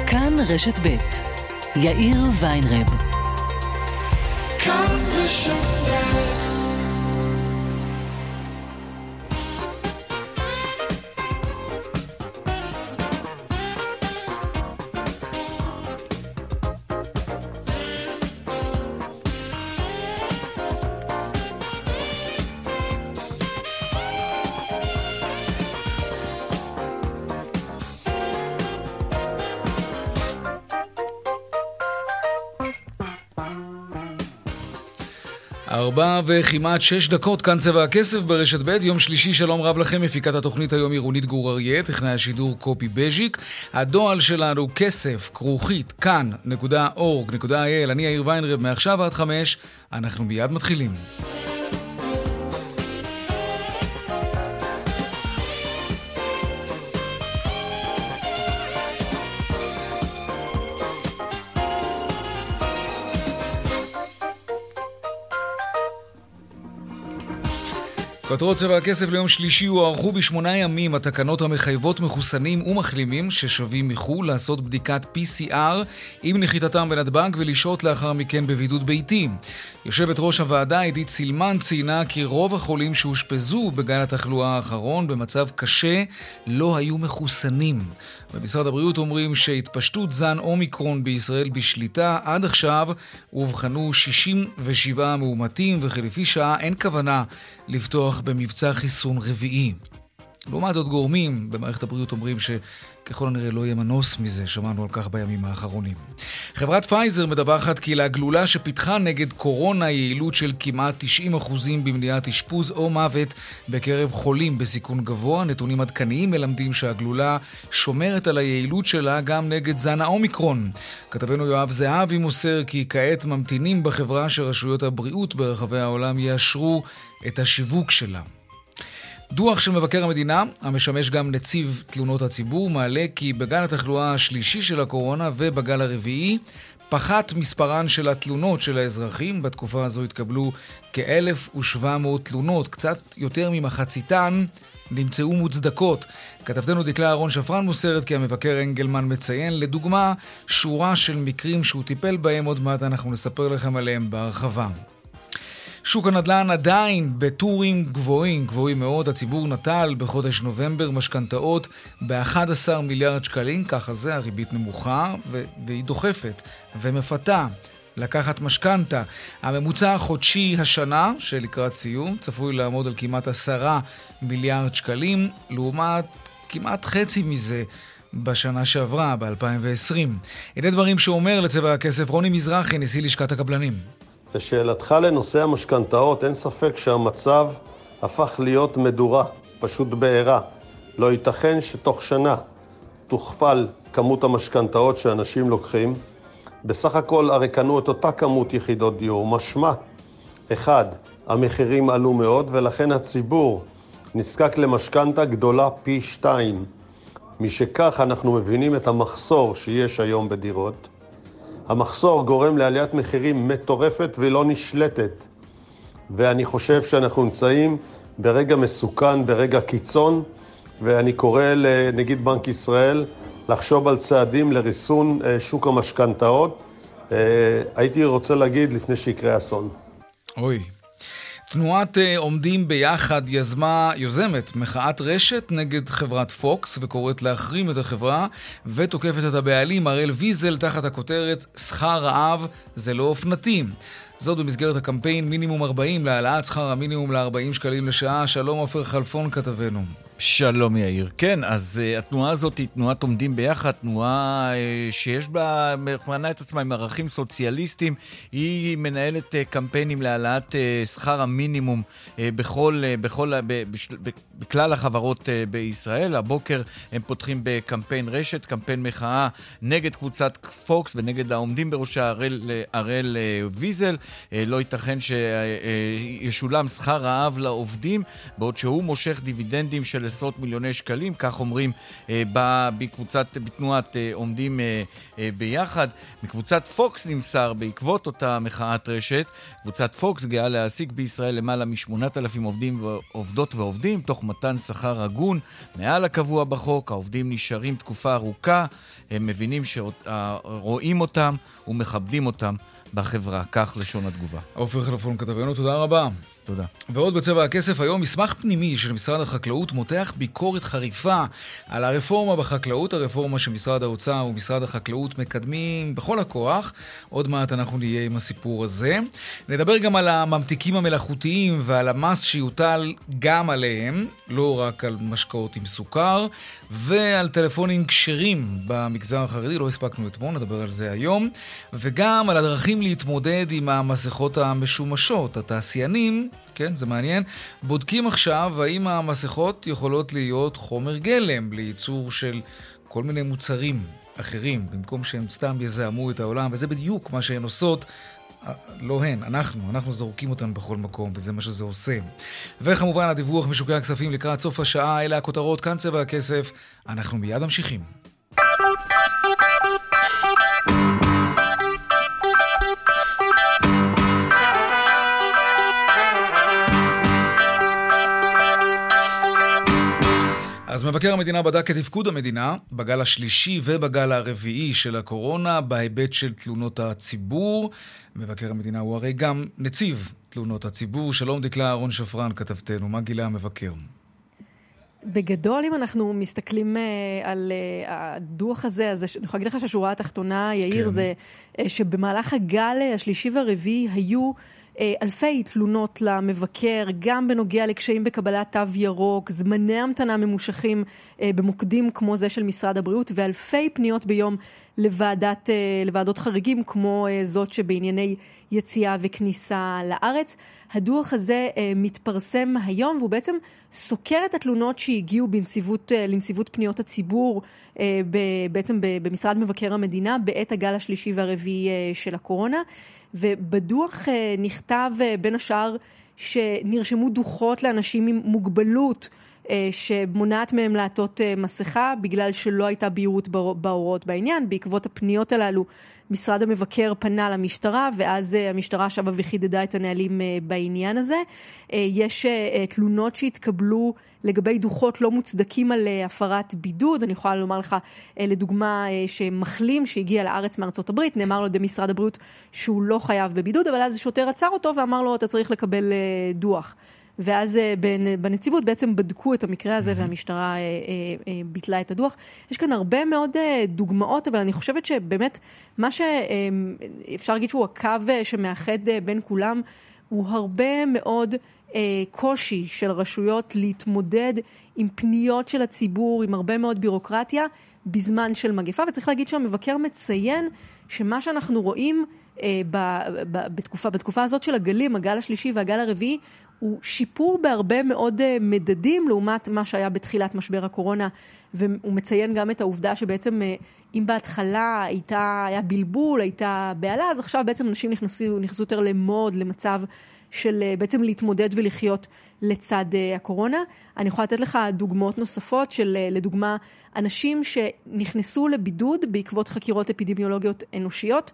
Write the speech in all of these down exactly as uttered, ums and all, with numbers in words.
כאן רשת ב' יאיר ויינרב. כאן רשת ב'. ארבע וכמעט שש דקות, כאן צבע הכסף ברשת ב', יום שלישי, שלום רב לכם, מפיקת התוכנית היום עירונית גור אריה, טכנאי השידור קופי בז'יק, הדואל שלנו כסף, כרוכית, כאן, נקודה אורג, נקודה איי-אל, אני יאיר ויינרב, מעכשיו עד חמש, אנחנו מיד מתחילים. כותרות צבע הכסף ליום שלישי הוארכו בשמונה ימים התקנות המחייבות מחוסנים ומחלימים ששבים מחול לעשות בדיקת פי סי אר עם נחיתתם בנתב"ג ולשהות לאחר מכן בבידוד ביתי. יושבת ראש הוועדה עידית סילמן ציינה כי רוב החולים שהושפזו בגל התחלואה האחרון במצב קשה לא היו מחוסנים. במשרד הבריאות אומרים שהתפשטות זן אומיקרון בישראל בשליטה. עד עכשיו הובחנו שישים ושבעה מאומתים וכלפי שעה אין כוונה לפתוח במבצע חיסון רביעי. לעומת זאת גורמים במערכת הבריאות אומרים שככל הנראה לא יהיה מנוס מזה, שמענו על כך בימים האחרונים. חברת פייזר מדווחת כי לגלולה שפיתחה נגד קורונה יעילות של כמעט תשעים אחוזים במניעת אשפוז או מוות בקרב חולים בסיכון גבוה. נתונים עדכניים מלמדים שהגלולה שומרת על היעילות שלה גם נגד זן האומיקרון. כתבנו יואב זהבי מוסר כי כעת ממתינים בחברה שרשויות הבריאות ברחבי העולם יאשרו את השיווק שלה. דוח של מבקר המדינה, המשמש גם נציב תלונות הציבור, מעלה כי בגל התחלואה השלישי של הקורונה ובגל הרביעי, פחת מספרן של התלונות של האזרחים. בתקופה הזו התקבלו כ-אלף ושבע מאות תלונות, קצת יותר ממחציתן נמצאו מוצדקות. כתבתנו דקלה אהרון שפרן מוסרת כי המבקר אנגלמן מציין, לדוגמה, שורה של מקרים שהוא טיפל בהם, עוד מעט אנחנו נספר לכם עליהם בהרחבה. שוק הנדל"ן עדיין בטורים גבוהים, גבוהים מאוד. הציבור נטל בחודש נובמבר משכנתאות ב-אחד עשר מיליארד שקלים, ככה זה, הריבית נמוכה ו- והיא דוחפת ומפתה לקחת משכנתה. הממוצע החודשי השנה, שלקראת סיום, צפוי לעמוד על כמעט עשרה מיליארד שקלים, לעומת כמעט חצי מזה בשנה שעברה, ב-אלפיים ועשרים. הנה דברים שאומר לצבע הכסף רוני מזרחי, נשיא לשכת הקבלנים. לשאלתך לנושא המשכנתאות, אין ספק שהמצב הפך להיות מדורה, פשוט בעירה. לא ייתכן שתוך שנה תוכפל כמות המשכנתאות שאנשים לוקחים. בסך הכל הרי קנו את אותה כמות יחידות דיור. משמע, אחד, המחירים עלו מאוד ולכן הציבור נזקק למשכנתה גדולה פי שתיים. משכך אנחנו מבינים את המחסור שיש היום בדירות. המחסור גורם לעליית מחירים מטורפת ולא נשלטת. ואני חושב שאנחנו נמצאים ברגע מסוכן, ברגע קיצון, ואני קורא לנגיד בנק ישראל לחשוב על צעדים לריסון שוק המשכנתאות. הייתי רוצה להגיד לפני שיקרה אסון. אוי. תנועת עומדים ביחד יזמה, יוזמת מחאת רשת נגד חברת פוקס וקוראת להחרים את החברה ותוקפת את הבעלים הראל ויזל תחת הכותרת שכר רעב זה לא אופנתי. זאת במסגרת הקמפיין מינימום ארבעים להעלאת שכר המינימום ל-ארבעים שקלים לשעה. שלום עופר חלפון כתבנו. שלום יאיר. כן, אז uh, התנועה הזאת היא תנועת עומדים ביחד, תנועה uh, שיש בה, מכוונה את עצמה עם ערכים סוציאליסטיים. היא מנהלת uh, קמפיינים להעלאת uh, שכר המינימום uh, בכל, uh, בכל, uh, ב, בשל, ב, בכלל החברות uh, בישראל. הבוקר הם פותחים בקמפיין רשת, קמפיין מחאה נגד קבוצת פוקס ונגד העומדים בראשה הראל, הראל uh, ויזל. לא ייתכן שישולם שכר רעב לעובדים, בעוד שהוא מושך דיבידנדים של עשרות מיליוני שקלים, כך אומרים בקבוצת, בתנועת עומדים ביחד. מקבוצת פוקס נמסר בעקבות אותה מחאת רשת, קבוצת פוקס גאה להעסיק בישראל למעלה מ-שמונת אלפים עובדים ועובדות ועובדים, תוך מתן שכר הגון מעל הקבוע בחוק. העובדים נשארים תקופה ארוכה, הם מבינים שרואים אותם ומכבדים אותם בחברה. כך לשון התגובה. עופר חלפון כתבנו, תודה רבה. תודה. ועוד בצבע הכסף היום, מסמך פנימי של משרד החקלאות מותח ביקורת חריפה על הרפורמה בחקלאות, הרפורמה שמשרד האוצר ומשרד החקלאות מקדמים בכל הכוח. עוד מעט אנחנו נהיה עם הסיפור הזה. נדבר גם על הממתיקים המלאכותיים ועל המס שיוטל גם עליהם, לא רק על משקאות עם סוכר, ועל טלפונים כשרים במגזר החרדי, לא הספקנו אתמול, נדבר על זה היום, וגם על הדרכים להתמודד עם המסכות המשומשות. התעשיינים, כן, זה מעניין, בודקים עכשיו האם המסכות יכולות להיות חומר גלם לייצור של כל מיני מוצרים אחרים, במקום שהם סתם יזהמו את העולם, וזה בדיוק מה שהן עושות. לא הן, אנחנו, אנחנו זורקים אותן בכל מקום, וזה מה שזה עושה. וכמובן הדיווח משוקי הכספים לקראת סוף השעה, אלה הכותרות, כאן צבע הכסף, אנחנו מיד ממשיכים. אז מבקר המדינה בדק את תפקוד המדינה בגל השלישי ובגל הרביעי של הקורונה בהיבט של תלונות הציבור. מבקר המדינה הוא הרי גם נציב תלונות הציבור. שלום דקלה אהרון שפרן כתבתנו, מה גילה המבקר? בגדול, אם אנחנו מסתכלים על הדוח הזה, אז אני יכולה להגיד לך שהשורה התחתונה, יאיר, כן. זה שבמהלך הגל השלישי והרביעי היו אלפי תלונות למבקר, גם בנוגע לקשיים בקבלת תו ירוק, זמני המתנה ממושכים במוקדים כמו זה של משרד הבריאות, ואלפי פניות ביום לוועדת, לוועדות חריגים כמו זאת שבענייני יציאה וכניסה לארץ. הדוח הזה מתפרסם היום, והוא בעצם סוקר את התלונות שהגיעו בנציבות, לנציבות פניות הציבור, בעצם במשרד מבקר המדינה, בעת הגל השלישי והרביעי של הקורונה. ובדוח נכתב בין השאר שנרשמו דוחות לאנשים עם מוגבלות שמונעת מהם לעטות מסכה בגלל שלא הייתה בהירות בהוראות בעניין. בעקבות הפניות הללו משרד המבקר פנה למשטרה, ואז המשטרה שבה וחידדה את הנהלים בעניין הזה. יש תלונות שהתקבלו לגבי דוחות לא מוצדקים על הפרת בידוד. אני יכולה לומר לך, לדוגמה, שמחלים שהגיע לארץ מארצות הברית, נאמר לו במשרד הבריאות שהוא לא חייב בבידוד, אבל אז שוטר עצר אותו ואמר לו, אתה צריך לקבל דוח. ואז בנציבות בעצם בדקו את המקרה הזה, והמשטרה ביטלה את הדוח. יש כאן הרבה מאוד דוגמאות, אבל אני חושבת שבאמת מה שאפשר להגיד שהוא הקו שמאחד בין כולם, הוא הרבה מאוד קושי של רשויות להתמודד עם פניות של הציבור, עם הרבה מאוד בירוקרטיה, בזמן של מגפה. וצריך להגיד שהמבקר מציין שמה שאנחנו רואים בתקופה, בתקופה הזאת של הגלים, הגל השלישי והגל הרביעי, הוא שיפור בהרבה מאוד מדדים לעומת מה שהיה בתחילת משבר הקורונה, והוא מציין גם את העובדה שבעצם אם בהתחלה הייתה, היה בלבול, הייתה בעלה, אז עכשיו בעצם אנשים נכנסו, נכנסו יותר למוד, למצב של בעצם להתמודד ולחיות לצד הקורונה. אני יכולה לתת לך דוגמאות נוספות של, לדוגמה, אנשים שנכנסו לבידוד בעקבות חקירות אפידמיולוגיות אנושיות,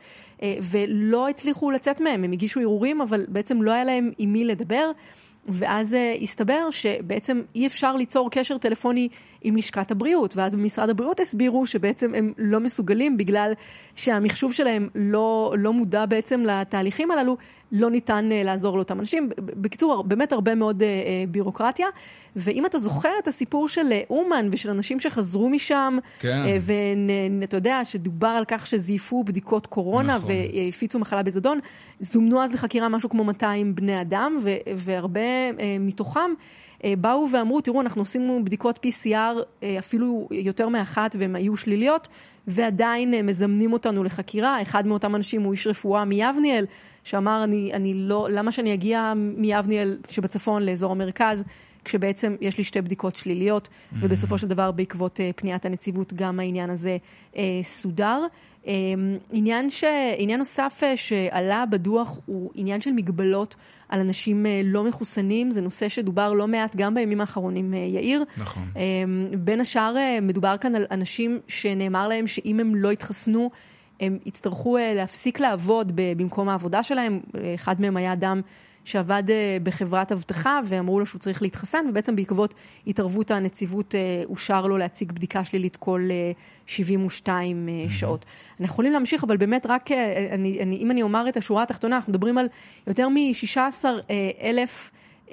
ולא הצליחו לצאת מהם. הם הגישו ערעורים, אבל בעצם לא היה להם עם מי לדבר, ואז הסתבר שבעצם אי אפשר ליצור קשר טלפוני עם לשכת הבריאות, ואז במשרד הבריאות הסבירו שבעצם הם לא מסוגלים, בגלל שהמחשוב שלהם לא, לא מודע בעצם לתהליכים הללו, לא ניתן לעזור לאותם אנשים. בקיצור, באמת הרבה מאוד בירוקרטיה. ואם אתה זוכר את הסיפור של אומן ושל אנשים שחזרו משם, כן. ואתה יודע שדובר על כך שזייפו בדיקות קורונה, נכון. והפיצו מחלה בזדון, זומנו אז לחקירה משהו כמו מאתיים בני אדם, והרבה מתוכם באו ואמרו, תראו, אנחנו עושים בדיקות פי סי אר אפילו יותר מאחת, והן היו שליליות, ועדיין מזמנים אותנו לחקירה. אחד מאותם אנשים הוא איש רפואה מיבניאל, שאמר, אני, אני לא, למה שאני אגיע מיבניאל שבצפון לאזור המרכז, כשבעצם יש לי שתי בדיקות שליליות, mm-hmm. ובסופו של דבר בעקבות uh, פניית הנציבות גם העניין הזה uh, סודר. Um, עניין, ש... עניין נוסף uh, שעלה בדוח הוא עניין של מגבלות על אנשים uh, לא מחוסנים, זה נושא שדובר לא מעט גם בימים האחרונים, uh, יאיר. נכון. Um, בין השאר uh, מדובר כאן על אנשים שנאמר להם שאם הם לא יתחסנו, הם יצטרכו uh, להפסיק לעבוד במקום העבודה שלהם. אחד מהם היה אדם שעבד בחברת אבטחה, ואמרו לו שהוא צריך להתחסן, ובעצם בעקבות התערבות הנציבות אושר לו להציג בדיקה שלילית כל שבעים ושתיים שעות. אנחנו יכולים להמשיך, אבל באמת רק, אני, אני, אם אני אומר את השורה התחתונה, אנחנו מדברים על יותר מ-שישה עשר אלף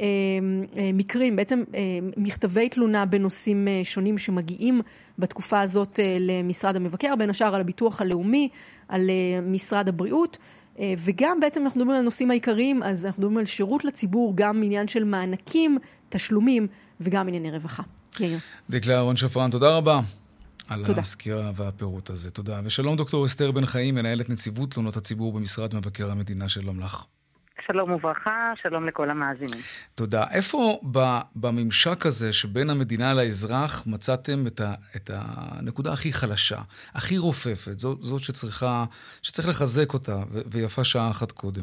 מקרים, בעצם מכתבי תלונה בנושאים שונים שמגיעים בתקופה הזאת למשרד המבקר, בין השאר על הביטוח הלאומי, על משרד הבריאות, וגם בעצם אנחנו מדברים על הנושאים העיקריים, אז אנחנו מדברים על שירות לציבור, גם עניין של מענקים, תשלומים, וגם ענייני רווחה. יאיר. דקלה אהרון שפרן, תודה רבה על הסקירה והפירוט הזה. תודה. ושלום דוקטור אסתר בן חיים, מנהלת נציבות תלונות הציבור במשרד מבקר המדינה. שלום לך. שלום וברכה, שלום לכל המאזינים. תודה. איפה בממשק הזה שבין המדינה לאזרח מצאתם את, ה, את הנקודה הכי חלשה, הכי רופפת, זאת, זאת שצריכה, שצריך לחזק אותה, ו, ויפה שעה אחת קודם?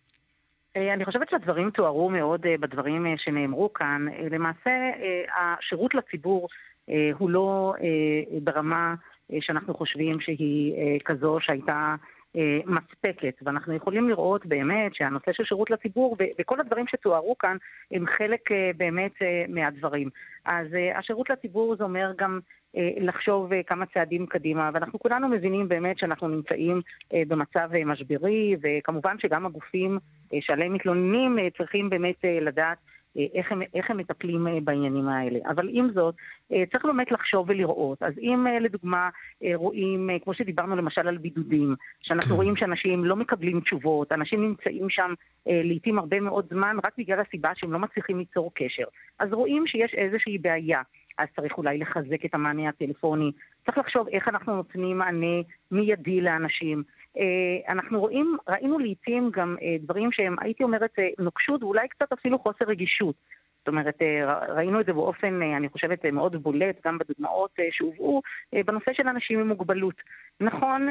אני חושבת שהדברים תוארו מאוד בדברים שנאמרו כאן. למעשה, השירות לציבור הוא לא ברמה שאנחנו חושבים שהיא כזו שהייתה מספקת, ואנחנו יכולים לראות באמת שהנושא של שירות לציבור וכל הדברים שתוארו כאן הם חלק באמת מהדברים. אז השירות לציבור זה אומר גם לחשוב כמה צעדים קדימה, ואנחנו כולנו מבינים באמת שאנחנו נמצאים במצב משברי, וכמובן שגם הגופים שעליהם מתלוננים צריכים באמת לדעת איך הם, איך הם מטפלים בעניינים האלה. אבל עם זאת, צריך באמת לחשוב ולראות. אז אם לדוגמה רואים, כמו שדיברנו למשל על בידודים, שאנחנו כן. רואים שאנשים לא מקבלים תשובות, אנשים נמצאים שם לעתים הרבה מאוד זמן, רק בגלל הסיבה שהם לא מצליחים ליצור קשר. אז רואים שיש איזושהי בעיה. אז צריך אולי לחזק את המענה הטלפוני. צריך לחשוב איך אנחנו נותנים מענה מיידי לאנשים. אנחנו רואים, ראינו לעתים גם דברים שהם, הייתי אומרת, נוקשות ואולי קצת אפילו חוסר רגישות. זאת אומרת, ראינו את זה באופן, אני חושבת, מאוד בולט, גם בדוגמאות שהובאו, בנושא של אנשים עם מוגבלות. נכון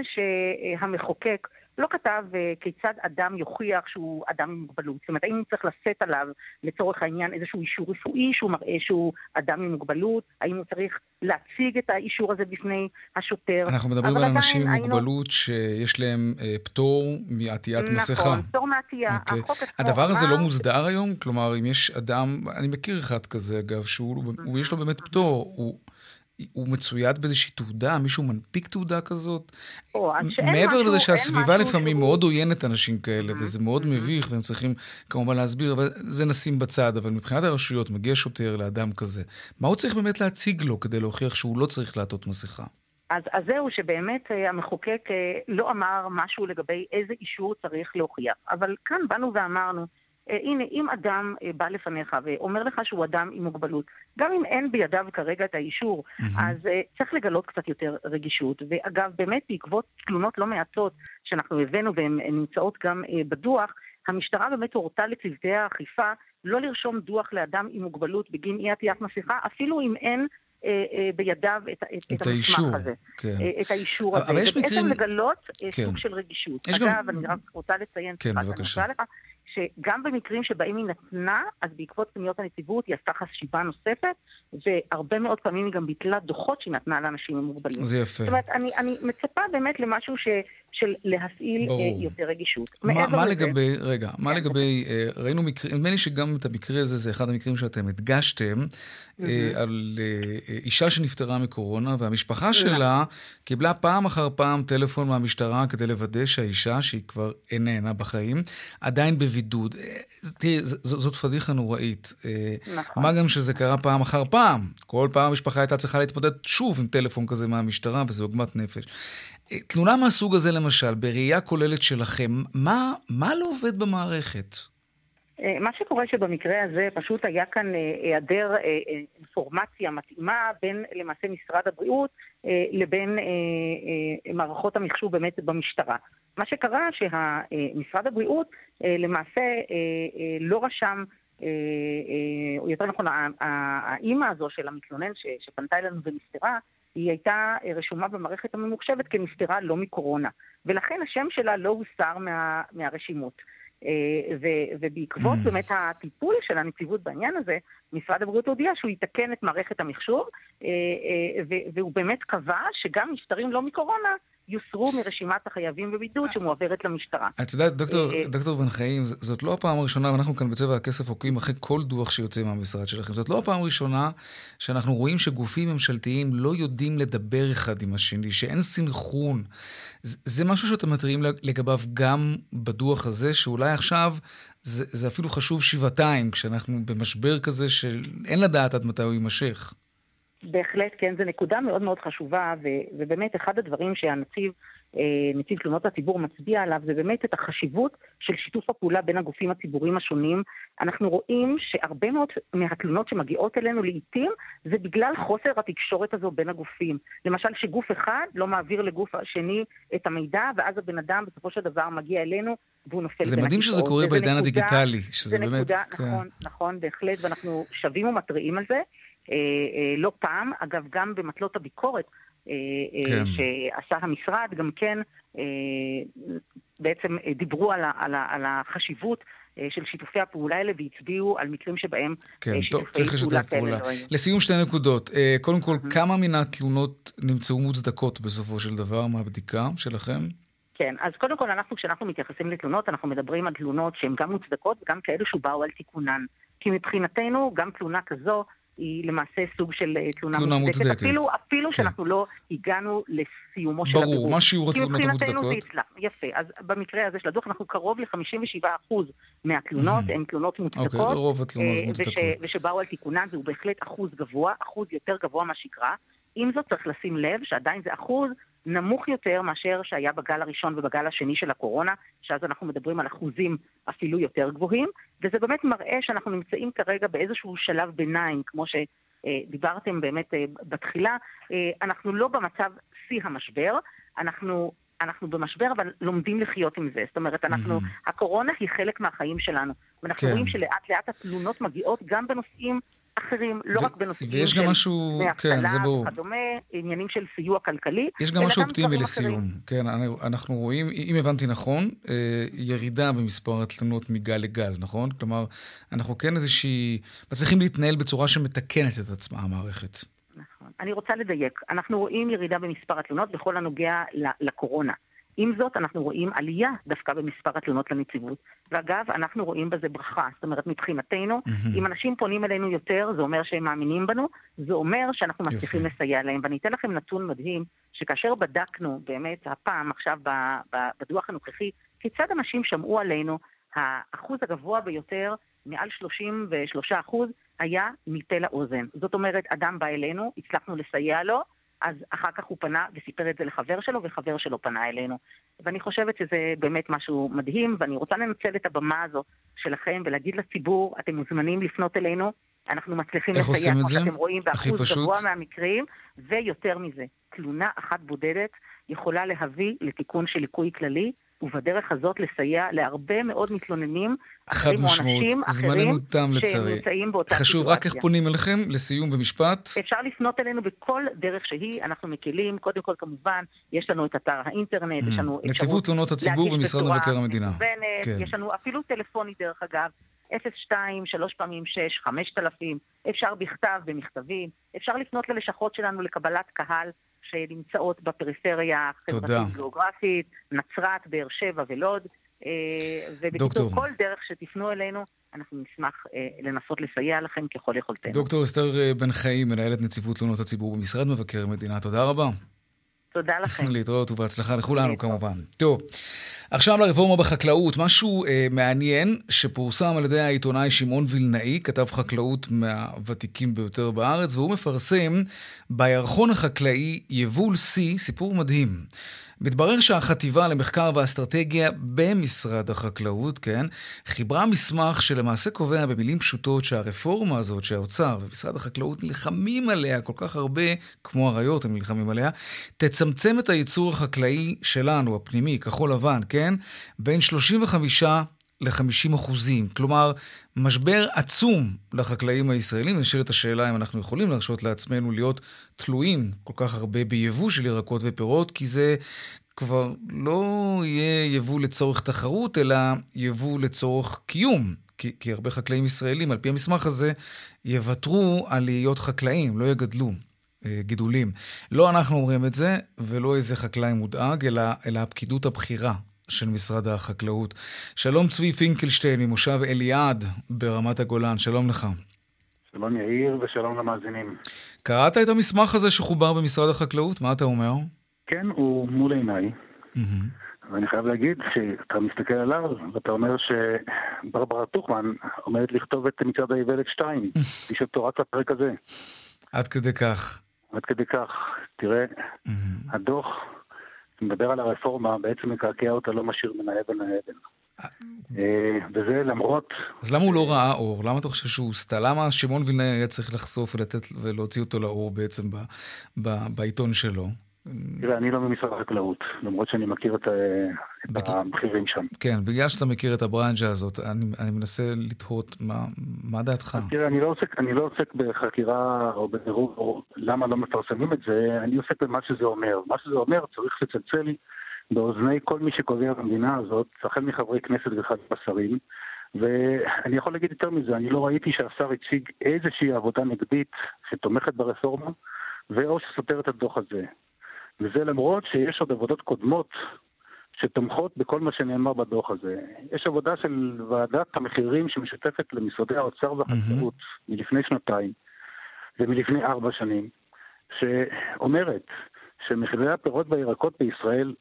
שהמחוקק לא כתב כיצד אדם יוכיח שהוא אדם עם מוגבלות. זאת אומרת, האם צריך לשאת עליו לצורך העניין איזשהו אישור רפואי שהוא מראה שהוא אדם עם מוגבלות, האם הוא צריך להציג את האישור הזה בפני השוטר. אנחנו מדברים על אנשים עם מוגבלות שיש להם פטור מעטיית מסכה. נכון, פטור מעטייה. הדבר הזה לא מוסדר היום? כלומר, אם יש אדם, אני מכיר אחד כזה אגב, שיש לו באמת פטור, הוא... הוא מצויד באיזושהי תעודה, מישהו מנפיק תעודה כזאת. מעבר לזה שהסביבה לפעמים מאוד עוינת אנשים כאלה, וזה מאוד מביך, והם צריכים כמובן להסביר, אבל זה נשים בצד, אבל מבחינת הרשויות מגיע שוטר לאדם כזה. מה הוא צריך באמת להציג לו כדי להוכיח שהוא לא צריך לעטות מסכה? אז, אז זהו שבאמת המחוקק לא אמר משהו לגבי איזה אישור צריך להוכיח. אבל כאן באנו ואמרנו, הנה, אם אדם בא לפניך ואומר לך שהוא אדם עם מוגבלות, גם אם אין בידיו כרגע את האישור, mm-hmm. אז uh, צריך לגלות קצת יותר רגישות. ואגב, באמת בעקבות תלונות לא מעטות שאנחנו הבאנו והן נמצאות גם uh, בדוח, המשטרה באמת הורתה לצוותי האכיפה לא לרשום דוח לאדם עם מוגבלות בגין אי עטיית מסכה, אפילו אם אין uh, uh, בידיו את, את, את המסמך הזה, כן. uh, את האישור הזה. ובעצם מקרים... לגלות uh, כן. סוג של רגישות. אגב, גם... אני רק רוצה לציין, כן, בבקשה. לך, שגם במקרים שבהם היא נתנה, אז בעקבות פניות הנציבות היא עשתה חשיבה נוספת, והרבה מאוד פעמים היא גם ביטלה דוחות שהיא נתנה לאנשים עם מוגבלים. זה יפה. זאת אומרת, אני, אני מצפה באמת למשהו ש, של להפעיל uh, יותר רגישות. מה, מה לגבי, רגע, כן, מה לגבי, uh, ראינו מקרים, נדמה לי שגם את המקרה הזה, זה אחד המקרים שאתם הדגשתם, mm-hmm. uh, על uh, אישה שנפטרה מקורונה, והמשפחה mm-hmm. שלה קיבלה פעם אחר פעם טלפון מהמשטרה, כדי לוודא שהאישה, שהיא כבר איננה בחיים, עדיין בבידוד. תראי, זאת פדיחה נוראית. נכון. מה גם שזה קרה פעם אחר פעם. כל פעם המשפחה הייתה צריכה להתמודד שוב עם טלפון כזה מהמשטרה, וזה עוגמת נפש. תלונה מהסוג הזה למשל, בראייה כוללת שלכם, מה, מה לא עובד במערכת? מה שקורה שבמקרה הזה פשוט היה כאן היעדר אינפורמציה מתאימה בין למעשה משרד הבריאות לבין מערכות המחשוב באמת במשטרה. מה שקרה שהמשרד הבריאות למעשה לא רשם או יותר נכון, האימא הזו של המתלונן שפנתה אלינו ונסתרה, היא הייתה רשומה במערכת הממוחשבת כנסתרה לא מקורונה, ולכן השם שלה לא הוסר מה, מהרשימות. ובעקבות באמת הטיפול של הנציבות בעניין הזה, משרד הבריאות הודיע שהוא יתקן את מערכת המחשוב, והוא באמת קבע שגם נפטרים לא מקורונה יוסרו מרשימת החייבים בבידוד שמועברת למשטרה. את יודעת, דוקטור בן חיים, זאת לא הפעם הראשונה, ואנחנו כאן בצבע הכסף עוקבים אחרי כל דוח שיוצא מהמשרד שלכם, זאת לא הפעם הראשונה שאנחנו רואים שגופים ממשלתיים לא יודעים לדבר אחד עם השני, שאין סינכרון. זה משהו שאתם מתריעים לגביו גם בדוח הזה, שאולי עכשיו זה, זה אפילו חשוב שבעתיים, כשאנחנו במשבר כזה שאין לדעת עד מתי הוא יימשך. בהחלט, כן, זו נקודה מאוד מאוד חשובה, ו- ובאמת אחד הדברים שהנציב, אה, נציב תלונות הציבור מצביע עליו, זה באמת את החשיבות של שיתוף הפעולה בין הגופים הציבוריים השונים. אנחנו רואים שהרבה מאוד מהתלונות שמגיעות אלינו לעתים, זה בגלל חוסר התקשורת הזו בין הגופים. למשל שגוף אחד לא מעביר לגוף השני את המידע, ואז הבן אדם בסופו של דבר מגיע אלינו, והוא נופל בין הכיסאות. זה מדהים שזה קורה בעידן הדיגיטלי, שזה זה באמת... נקודה, כן. נכון, נכון, בהחלט, ואנחנו שווים ומתריעים על זה. אה, אה, לא פעם, אגב גם במטלות הביקורת אה, כן. אה, שעשה המשרד, גם כן אה, בעצם אה, דיברו על, ה, על, ה, על החשיבות אה, של שיתופי הפעולה האלה, והצביעו על מקרים שבהם כן, אה, טוב, שיתופי פעולה פעולה. לסיום שתי נקודות, אה, קודם כל, mm-hmm. כמה מן התלונות נמצאו מוצדקות בסופו של דבר מהבדיקה שלכם? כן, אז קודם כל אנחנו, כשאנחנו מתייחסים לתלונות, אנחנו מדברים על תלונות שהן גם מוצדקות וגם כאלו שבאו על תיקונן. כי מבחינתנו, גם תלונה כזו, היא למעשה סוג של תלונה, תלונה מוצדקת, מוצדקת. אפילו, אפילו כן. שאנחנו לא הגענו לסיומו של ברור, הבירור. ברור, מה שיעור התלונות המוצדקות? מבחינתנו זה יצלח, יפה. אז במקרה הזה של הדוח אנחנו קרוב ל-חמישים ושבעה אחוז מהתלונות, הן תלונות מוצדקות. אוקיי, רוב התלונות מוצדקות. וש, ושבאו על תיקונן, זהו בהחלט אחוז גבוה, אחוז יותר גבוה מהשגרה. עם זאת צריך לשים לב שעדיין זה אחוז נמוך יותר מאשר שהיה בגל הראשון ובגל השני של הקורונה, שאז אנחנו מדברים על אחוזים אפילו יותר גבוהים, וזה באמת מראה שאנחנו נמצאים כרגע באיזשהו שלב ביניים, כמו שדיברתם באמת בתחילה, אנחנו לא במצב שיא המשבר, אנחנו, אנחנו במשבר אבל לומדים לחיות עם זה, זאת אומרת, אנחנו, mm-hmm. הקורונה היא חלק מהחיים שלנו, ואנחנו כן. רואים שלאט לאט התלונות מגיעות גם בנושאים אחרים, לא ו- רק בנושאים ויש גם משהו, כן, זה ברור. וכדומה, עניינים של סיוע כלכלי. יש גם משהו אופטימי לסיום. כן, אנחנו רואים, אם הבנתי נכון, ירידה במספר התלונות מגל לגל, נכון? כלומר, אנחנו כן איזושהי, מצליחים להתנהל בצורה שמתקנת את עצמה המערכת. נכון. אני רוצה לדייק. אנחנו רואים ירידה במספר התלונות בכל הנוגע לקורונה. עם זאת, אנחנו רואים עלייה דווקא במספר התלונות לנציבות. ואגב, אנחנו רואים בזה ברכה. זאת אומרת, מבחינתנו, mm-hmm. אם אנשים פונים אלינו יותר, זה אומר שהם מאמינים בנו, זה אומר שאנחנו מצליחים לסייע להם. ואני אתן לכם נתון מדהים, שכאשר בדקנו באמת הפעם עכשיו בדוח הנוכחי, כיצד אנשים שמעו עלינו, האחוז הגבוה ביותר, מעל שלושים ושלושה אחוז, היה מפה לאוזן. זאת אומרת, אדם בא אלינו, הצלחנו לסייע לו, אז אחר כך הוא פנה וסיפר את זה לחבר שלו, וחבר שלו פנה אלינו. ואני חושבת שזה באמת משהו מדהים, ואני רוצה לנצל את הבמה הזו שלכם, ולהגיד לציבור, אתם מוזמנים לפנות אלינו, אנחנו מצליחים לסייע, כמו שאתם רואים, באחוז גבוה מהמקרים, ויותר מזה, תלונה אחת בודדת יכולה להביא לתיקון של ליקוי כללי, ובדרך הזאת לסייע להרבה מאוד מתלוננים, אחרים או אנשים אחרים שנמצאים באותה סיטואציה. חשוב, רק איך פונים אליכם? לסיום במשפט? אפשר לפנות אלינו בכל דרך שהיא, אנחנו מקלים, קודם כל כמובן, יש לנו את אתר האינטרנט, יש לנו נציבות תלונות הציבור במשרד מבקר המדינה. יש לנו אפילו טלפוני דרך אגב, אפס שתיים, שלוש פעמים שש, חמשת אלפים, אפשר בכתב במכתבים, אפשר לפנות ללשכות שלנו לקבלת קהל שנמצאות בפריפריה חברתית גיאוגרפית, נצרת, באר שבע ולוד, ובקיצור כל דרך שתפנו אלינו, אנחנו נשמח לנסות לסייע לכם ככל יכולתנו. דוקטור אסתר בן חיים, מנהלת נציבות תלונות הציבור במשרד מבקר המדינה, תודה רבה. תודה לכם. להתראות ובהצלחה לכולנו כמובן. טוב, עכשיו לרפורמה בחקלאות, משהו אה, מעניין שפורסם על ידי העיתונאי שמעון וילנאי, כתב חקלאות מהוותיקים ביותר בארץ, והוא מפרסם בירחון החקלאי יבול C, סיפור מדהים. מתברר שהחטיבה למחקר ואסטרטגיה במשרד החקלאות, כן, חיברה מסמך שלמעשה קובע במילים פשוטות שהרפורמה הזאת שהאוצר ומשרד החקלאות נלחמים עליה כל כך הרבה, כמו הריות הם נלחמים עליה, תצמצם את הייצור החקלאי שלנו, הפנימי, כחול לבן, כן, בין שלושים וחמישה ל-חמישים אחוזים. כלומר, משבר עצום לחקלאים הישראלים. נשאלת השאלה אם אנחנו יכולים להרשות לעצמנו להיות תלויים כל כך הרבה ביבוא של ירקות ופירות, כי זה כבר לא יהיה יבוא לצורך תחרות, אלא יבוא לצורך קיום. כי, כי הרבה חקלאים ישראלים, על פי המסמך הזה, יוותרו על להיות חקלאים, לא יגדלו גידולים. לא אנחנו אומרים את זה, ולא איזה חקלאי מודאג, אלא, אלא הפקידות הבכירה של משרד החקלאות. שלום צבי פינקלשטיין ממושב אליעד ברמת הגולן, שלום לך. שלום יאיר ושלום למאזינים. קראת את המסמך הזה שחובר במשרד החקלאות? מה אתה אומר? כן, הוא מול עיניי. Mm-hmm. ואני חייב להגיד שאתה מסתכל עליו, ואתה אומר שברברה טוכמן עומדת לכתוב את מצעד האיוולת שתיים, יש אותו רק לפרק הזה. עד כדי כך. עד כדי כך. תראה, mm-hmm. הדוח מדבר על הרפורמה, בעצם מקעקע אותה, לא משאיר מן האבן לאבן. וזה למרות... אז למה הוא לא ראה אור? למה אתה חושב שהוא סתה? למה שמעון וילנאי היה צריך לחשוף ולתת, ולהוציא אותו לאור בעצם ב, ב, בעיתון שלו? תראה, אני לא ממשרד החקלאות, למרות שאני מכיר את, את המחירים שם. כן, בגלל שאתה מכיר את הברנז'ה הזאת, אני, אני מנסה לתהות מה, מה דעתך? תראה, אני לא עוסק, אני לא עוסק בחקירה או בדירוג, או למה לא מפרסמים את זה, אני עוסק במה שזה אומר. מה שזה אומר צריך לצלצל באוזני כל מי שקובע במדינה הזאת, החל מחברי כנסת ואחד בשרים, ואני יכול להגיד יותר מזה, אני לא ראיתי שהשר הציג איזושהי עבודה נגדית שתומכת ברפורמה, ואו שסותר את הדוח הזה. וזה למרות שיש עוד עבודות קודמות שתומכות בכל מה שנאמר בדוח הזה. יש עבודה של ועדת המחירים שמשותפת למשרדי האוצר והחקלאות mm-hmm. מלפני שנתיים ומלפני ארבע שנים, שאומרת שמחירי הפירות והירקות בישראל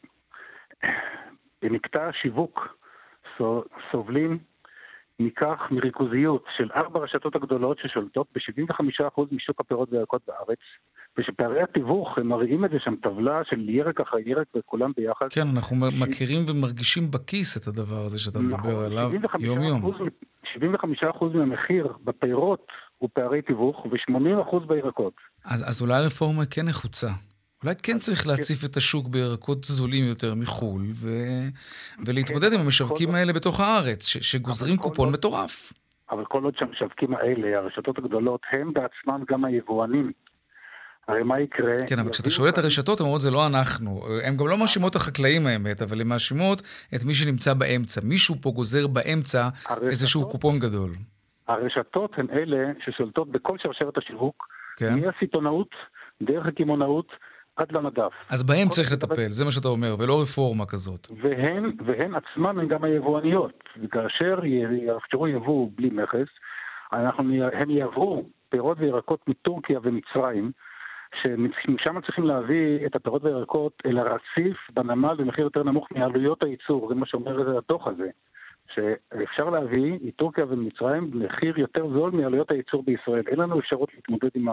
במקטע השיווק סובלים מכך מריכוזיות של ארבע רשתות הגדולות ששולטות ב-שבעים וחמישה אחוז משוק הפירות והירקות בארץ, ושפערי התיווך הם מראים את זה שם טבלה של ירק אחרי ירק וכולם ביחד. כן, אנחנו ש... מכירים ומרגישים בכיס את הדבר הזה שאתה מדבר נכון, עליו יום יום. שבעים וחמישה אחוז מהמחיר בפירות הוא פערי תיווך ו-שמונים אחוז בירקות. אז, אז אולי הרפורמה כן נחוצה. אולי כן צריך להציף את השוק בירקות זולים יותר מחול, ו... ולהתמודד עם המשווקים האלה בתוך הארץ, ש... שגוזרים קופון עוד... מטורף. אבל כל עוד שהמשווקים האלה, הרשתות הגדולות, הם בעצמם גם היבואנים. הרי מה יקרה? כן, אבל כשאתה שואל את הרשתות, הם אומרות, זה לא אנחנו. הם גם לא מאשימות החקלאים האמת, אבל הם מאשימות את מי שנמצא באמצע. מישהו פה גוזר באמצע הרשתות, איזשהו קופון גדול. הרשתות הן אלה ששולטות בכל שרשרת השיווק, כן? מהסיטונאות, דרך הקימונאות, עד למדף. אז בהם צריך לטפל, זה מה שאתה אומר, ולא רפורמה כזאת. והן, והן עצמן הן גם היבואניות. וכאשר יאפשרו יבוא בלי מכס, אנחנו, הם יעברו פירות וירקות מטורקיה ומצרים, שמשם צריכים להביא את הפירות והירקות אל הרציף בנמל במחיר יותר נמוך מעלויות הייצור. זה מה שאומר הדוח הזה. שאפשר להביא מטורקיה ומצרים במחיר יותר זול מעלויות הייצור בישראל. אין לנו אפשרות להתמודד עם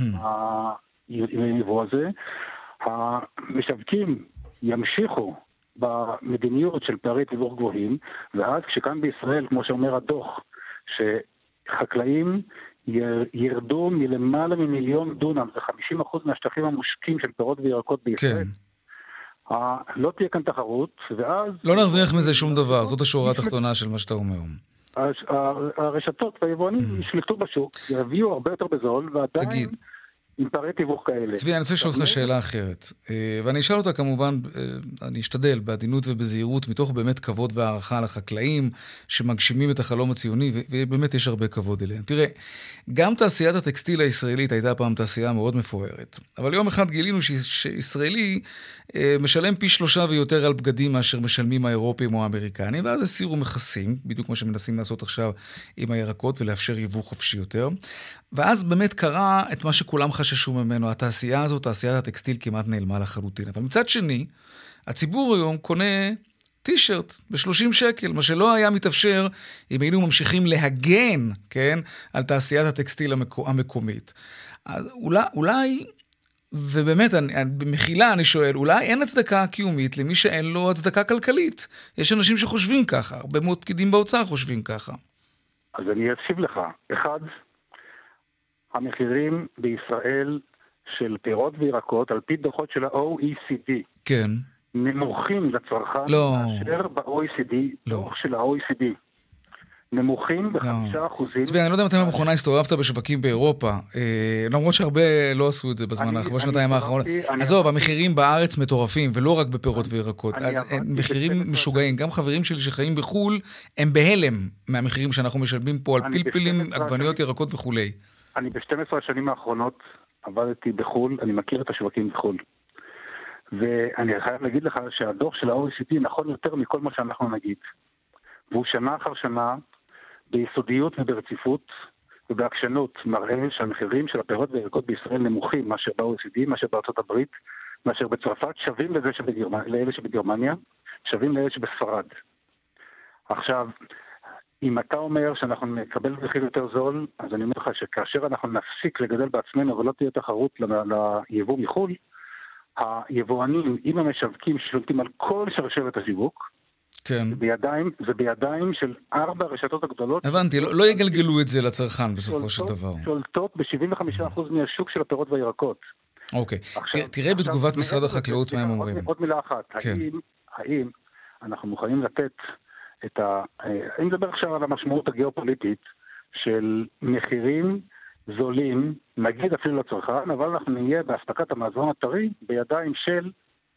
היבוא הזה. המשווקים ימשיכו במדיניות של פערי תיווך גבוהים, ואז כשכאן בישראל, כמו שאומר הדוח, שחקלאים ירדו מלמעלה ממיליון דונם, זה חמישים אחוז מהשטחים המושקים של פירות וירקות בישראל, כן. לא תהיה כאן תחרות, ואז... לא נרוויח מזה שום דבר, זאת השורה התחתונה של מה שאתה אומר. הרשתות והיבואנים ישלטו בשוק, יביאו הרבה יותר בזול, ועדיין... תגיד. עם פערי תיווך כאלה. צבי, אני רוצה לשאול אותך שאלה אחרת. ואני אשאל אותה כמובן, אני אשתדל בעדינות ובזהירות, מתוך באמת כבוד והערכה לחקלאים, שמגשימים את החלום הציוני, ובאמת יש הרבה כבוד אליהם. תראה, גם תעשיית הטקסטיל הישראלית הייתה פעם תעשייה מאוד מפוארת. אבל יום אחד גילינו שישראלי משלם פי שלושה ויותר על בגדים מאשר משלמים האירופים או האמריקנים, ואז הסירו מכסים, בדיוק כמו שמנסים לעשות עכשיו עם הירקות, ולאפשר יבוא חופשי יותר. ואז באמת קרה את מה שכולם חששו ממנו. התעשייה הזאת, תעשיית הטקסטיל כמעט נעלמה לחלוטין. אבל מצד שני, הציבור היום קונה טישרט ב-שלושים שקל, מה שלא היה מתאפשר אם היינו ממשיכים להגן, כן, על תעשיית הטקסטיל המקו, המקומית. אז אולי, אולי, ובאמת, אני, במחילה אני שואל, אולי אין הצדקה קיומית למי שאין לו הצדקה כלכלית. יש אנשים שחושבים ככה, הרבה מאוד פקידים באוצר חושבים ככה. אז אני אשיב לך. אחד, המחירים בישראל של פירות וירקות, על פי דוחות של ה-או אי סי די, כן. נמוכים לצרכן, לא. מאשר ב-או אי סי די, לא. דוח של ה-או אי סי די. נמוכים בחמישה אחוזים. צבי, אני לא יודע מתי במכונה הסתובבת בשווקים באירופה, למרות שהרבה לא עשו את זה בזמן האחרון, בשנתיים האחרונות. עזוב, המחירים בארץ מטורפים, ולא רק בפירות וירקות. מחירים משוגעים. גם חברים שלי שחיים בחול, הם בהלם מהמחירים שאנחנו משלמים פה על פלפלים, עגבניות, ירקות וכולי. אני ב-שתים עשרה השנים האחרונות עבדתי בחול, אני מכיר את השווקים בחול. ואני חייב להגיד לך שהדוח של ה-או אי סי די נכון יותר מכל מה שאנחנו נגיד. והוא שנה אחר שנה, ביסודיות וברציפות ובעקשנות, מראה שהמחירים של הפירות וירקות בישראל נמוכים, מאשר ב-או אי סי די, מאשר בארצות הברית, מאשר בצרפת, שווים לזה שבגרמניה, לאלה שבגרמניה, שווים לאלה שבספרד. עכשיו, אם אתה אומר שאנחנו נקבל מחיר יותר זול, אז אני אומר לך שכאשר אנחנו נפסיק לגדל בעצמנו ולא תהיה תחרות ליבוא מחול, היבואנים עם המשווקים ששולטים על כל שרשרת השיווק, כן. זה בידיים, זה בידיים של ארבע הרשתות הגדולות. הבנתי, לא, לא יגלגלו את זה לצרכן בסופו של דבר. שולטות ב-שבעים וחמישה אחוז מהשוק של הפירות והירקות. אוקיי. עכשיו, תראה בתגובת משרד החקלאות מה הם אומרים. עוד מילה אחת. כן. האם, האם אנחנו מוכנים לתת את ה... אני מדבר עכשיו על המשמעות הגיאופוליטית של מחירים זולים, נגיד אפילו לצרכן, אבל אנחנו נהיה בהספקת המזון הטרי בידיים של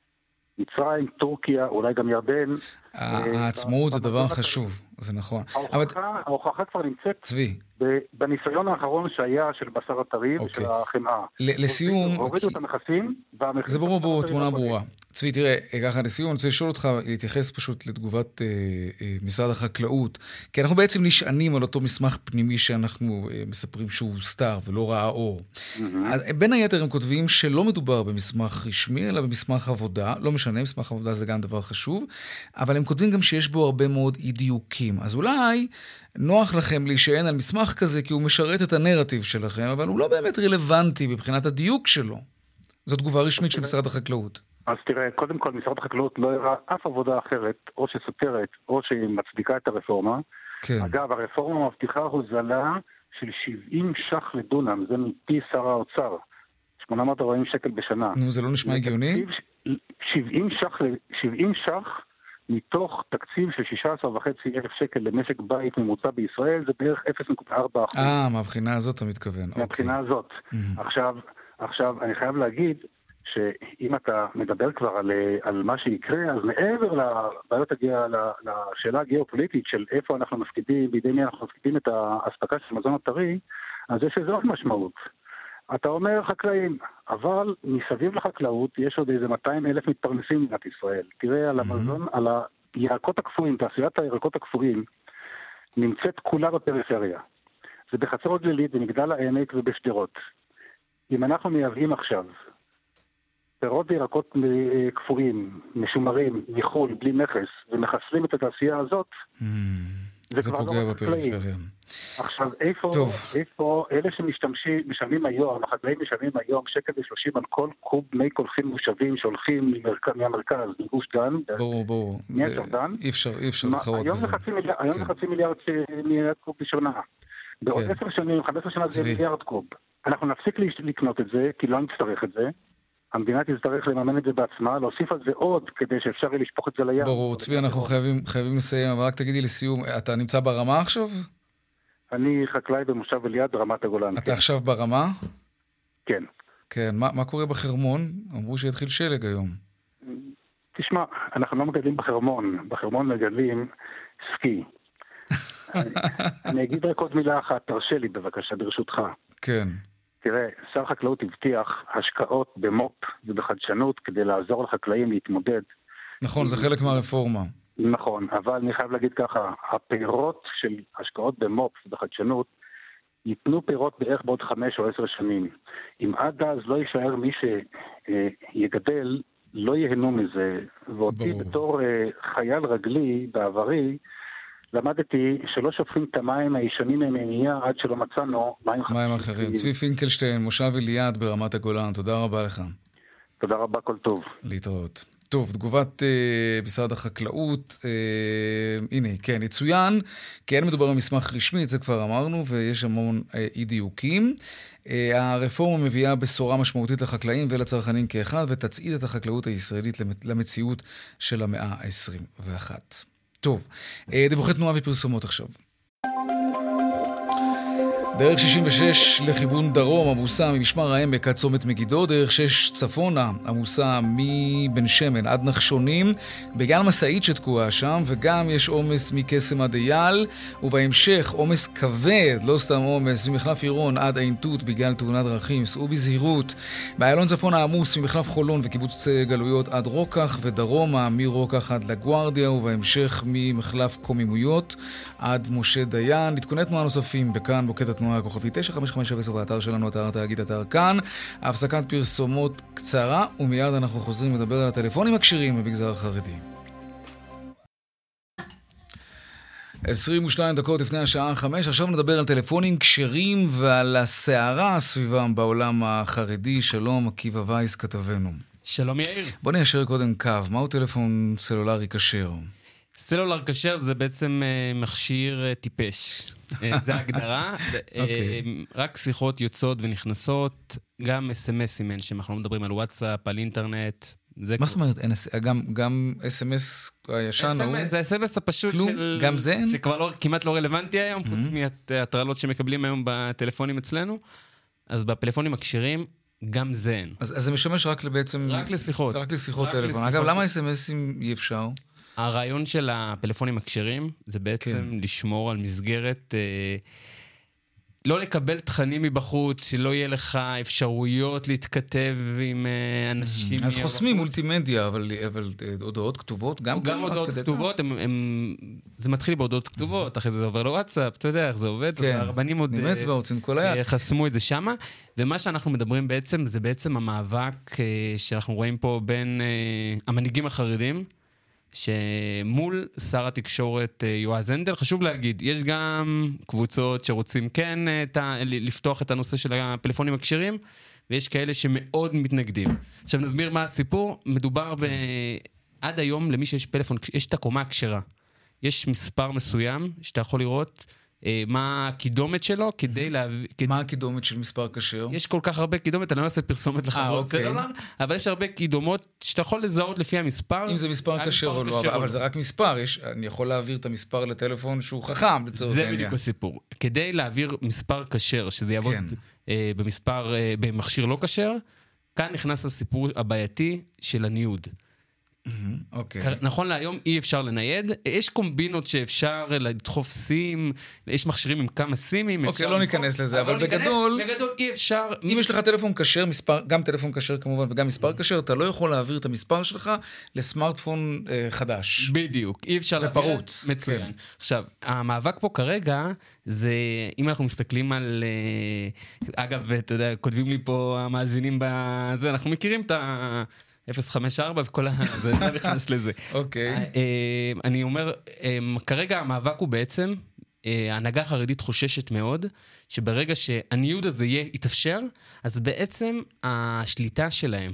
מצרים, טורקיה, אולי גם ירדן. העצמאות זה דבר חשוב, זה נכון. ההוכחה כבר נמצאת צבי. בניסיון האחרון שהיה של בשר הטרי ושל החמאה. לסיום... הורידו את המכסים, זה ברור, ברור, תמונה ברורה. צבי, תראה, ככה לסיום, אני רוצה לשאול אותך, להתייחס פשוט לתגובת משרד החקלאות, כי אנחנו בעצם נשענים על אותו מסמך פנימי שאנחנו מספרים שהוא סתר ולא ראה אור. בין היתר הם כותבים שלא מדובר במסמך רשמי, אלא במסמך עבודה, לא משנה, מסמך עבודה זה גם דבר חשוב, אבל הם כותבים גם שיש בו הרבה מאוד אי דיוקים. אז אולי נוח לכם להישען על מסמך כזה, כי הוא משרת את הנרטיב שלכם, אבל הוא לא באמת רלוונטי מבחינת הדיוק שלו. זו תגובה רשמית של משרד החקלאות. אז תראה, קודם כל משרד החקלאות לא הראה אף עבודה אחרת, או שסותרת, או שהיא מצדיקה את הרפורמה. כן. אגב, הרפורמה מבטיחה הוזלה של שבעים ש"ח לדונם, זה מפי שר האוצר. שמונה מאות וארבעים שקל בשנה. נו, זה לא נשמע הגיוני? שבעים ש"ח מתוך תקציב של שישה עשר וחצי אלף שקל למשק בית ממוצע בישראל, זה בערך אפס נקודה ארבע אחוז. אה, מהבחינה הזאת אתה מתכוון. מהבחינה הזאת. עכשיו, עכשיו, אני חייב להגיד שאם אתה מדבר כבר על, על מה שיקרה, אז מעבר לבעיות הגיע, לשאלה הגיאופוליטית של איפה אנחנו מפקידים, בידי מי אנחנו מפקידים את האספקה של מזון הטרי, אז יש איזו משמעות. אתה אומר חקלאים, אבל מסביב לחקלאות יש עוד איזה מאתיים אלף מתפרנסים במדינת ישראל. תראה על המזון, על הירקות הקפואים, תעשיית הירקות הקפואים, נמצאת כולה בפריפריה. זה בחצור הגלילית, במגדל העמק ובשדרות. אם אנחנו מייבאים עכשיו פירות וירקות קפואים, משומרים, מחול, בלי מכס, ומחסלים את התעשייה הזאת, זה פוגע בפריפריה. עכשיו, איפה, איפה, אלה שמשתמשים, משלמים היום, החקלאים משלמים היום שקל ושלושים על כל קוב מי קולחים מושבים שהולכים מהמרכז, מגוש דן. ברור, ברור. אי אפשר, אי אפשר לחרות בזה. היום זה חצי מיליארד קוב בשנה. בעוד עשר שנים, חמש עשרה שנה זה מיליארד קוב. אנחנו נפסיק לקנות את זה, כי לא נצטרך את זה. המדינה תצטרך לממן את זה בעצמה, להוסיף על זה עוד כדי שאפשר יהיה לשפוך את זה לים. ברור, צבי, אנחנו חייבים, חייבים לסיים, אבל רק תגידי לסיום, אתה נמצא ברמה עכשיו? אני חקלאי במושב אליעד, רמת הגולן. אתה עכשיו ברמה? כן. כן, מה, מה קורה בחרמון? אמרו שיתחיל שלג היום. תשמע, אנחנו לא מגדלים בחרמון, בחרמון מגדלים סקי. אני, אני אגיד רק עוד מילה אחת, תרשה לי בבקשה, ברשותך. כן. תראה, שר החקלאות הבטיח השקעות במו"פ ובחדשנות כדי לעזור לחקלאים להתמודד. נכון, זה חלק מהרפורמה. נכון, אבל אני חייב להגיד ככה, הפירות של השקעות במו"פ ובחדשנות ייתנו פירות בערך בעוד חמש או עשר שנים. אם עד אז לא יישאר מי שיגדל, לא ייהנו מזה. ואותי בתור חייל רגלי בעברי, למדתי שלא שופכים את המים הישנים מהמימייה עד שלא מצאנו מים חדשים. מים אחרים. צבי פינקלשטיין, מושב אליעד ברמת הגולן, תודה רבה לך. תודה רבה, כל טוב. להתראות. טוב, תגובת אה, משרד החקלאות, אה, הנה, כן, יצוין, כי אין מדובר במסמך רשמי, את זה כבר אמרנו, ויש המון אה, אי דיוקים. אה, הרפורמה מביאה בשורה משמעותית לחקלאים ולצרכנים כאחד, ותצעיד את החקלאות הישראלית למציאות של המאה ה-עשרים ואחת. טוב, דיווחי תנועה ופרסומות עכשיו. דרך שישים ושש לכיוון דרום עמוסה ממשמר העמק עד צומת מגידו, דרך שש צפונה עמוסה מבן שמן עד נחשונים, בגלל מסעית שתקועה שם, וגם יש עומס מקסם עד אייל, ובהמשך עומס כבד, לא סתם עומס, ממחלף עירון עד עין-תות בגלל תאונת דרכים, סעו בזהירות. באיילון צפונה עמוס ממחלף חולון וקיבוץ גלויות עד רוקח, ודרומה מרוקח עד לגוארדיה, ובהמשך ממחלף קומימויות עד משה דיין. עדכוני תנועה נוספים בכאן מוקד התנועה הכוכבי תשע חמש חמש שבע ובאתר שלנו, אתר התאגיד, אתר כאן. הפסקת פרסומות קצרה ומיד אנחנו חוזרים לדבר על הטלפונים הכשרים במגזר החרדי. עשרים ושתיים דקות לפני השעה חמש, עכשיו נדבר על טלפונים כשרים ועל הסערה סביבם בעולם החרדי. שלום, עקיבא וייס כתבנו. שלום יאיר. בוא ניישר קודם קו, מהו טלפון סלולרי כשר? סלולר כשר זה בעצם uh, מכשיר uh, טיפש. uh, זה ההגדרה. okay. uh, רק שיחות יוצאות ונכנסות, גם אס אם אס אם שאנחנו לא מדברים על וואטסאפ, על אינטרנט. מה זאת אומרת? גם, גם אס אם אס הישן הוא? זה אס אם אס הפשוט של... גם זה אין? שכבר לא, כמעט לא רלוונטי היום, mm-hmm. חוץ מהטרלות שמקבלים היום בטלפונים אצלנו. אז בפלאפונים הכשרים, גם זה אין. אז, אז זה משמש רק לבעצם... רק לשיחות. רק לשיחות טלפון. אגב, למה אס אם אסים אי אפשר? הרעיון של הפלאפונים הכשרים זה בעצם כן. לשמור על מסגרת, אה, לא לקבל תכנים מבחוץ, שלא יהיה לך אפשרויות להתכתב עם אה, אנשים. אז חוסמים מולטימדיה, אבל, אבל הודעות כתובות גם, גם הודעות כתובות, הם, הם, זה מתחיל בהודעות כתובות, אחרי זה עובר לוואטסאפ, אתה יודע איך זה עובד, כן. הרבנים עוד אה, חסמו את זה שמה, ומה שאנחנו מדברים בעצם, זה בעצם המאבק אה, שאנחנו רואים פה בין אה, המנהיגים החרדים, שמול שר התקשורת יועז הנדל, חשוב להגיד, יש גם קבוצות שרוצים כן לפתוח את הנושא של הפלאפונים הכשרים, ויש כאלה שמאוד מתנגדים. עכשיו נסביר מה הסיפור, מדובר ב... עד היום למי שיש פלאפון, יש את הקומה הכשרה. יש מספר מסוים שאתה יכול לראות מה הקידומת שלו כדי להביא... מה הקידומת של מספר כשר? יש כל כך הרבה קידומת, אני לא אעשה פרסומת לחברות סלולר, אבל יש הרבה קידומות שאתה יכול לזהות לפי המספר. אם זה מספר כשר או לא, אבל זה רק מספר, אני יכול להעביר את המספר לטלפון שהוא חכם, לצורך העניין. זה בדיוק הסיפור. כדי להעביר מספר כשר, שזה יעבוד במספר, במכשיר לא כשר, כאן נכנס הסיפור הבעייתי של הניוד. אוקיי. נכון להיום אי אפשר לנייד, יש קומבינות שאפשר לדחוף סים, יש מכשירים עם כמה סימים. אוקיי, לא ניכנס לזה, אבל בגדול, בגדול אי אפשר. אם יש לך טלפון כשר, גם טלפון כשר כמובן וגם מספר כשר, אתה לא יכול להעביר את המספר שלך לסמארטפון חדש. בדיוק, אי אפשר להעביר. ופרוץ. מצוין. עכשיו, המאבק פה כרגע, זה, אם אנחנו מסתכלים על, אגב, אתה יודע, כותבים לי פה המאזינים בזה, אנחנו מכירים את ה... אפס חמש ארבע וכל ה... זה לא נכנס לזה. אוקיי. אני אומר, כרגע המאבק הוא בעצם, ההנהגה החרדית חוששת מאוד, שברגע שהניוד הזה יהיה, יתאפשר, אז בעצם השליטה שלהם,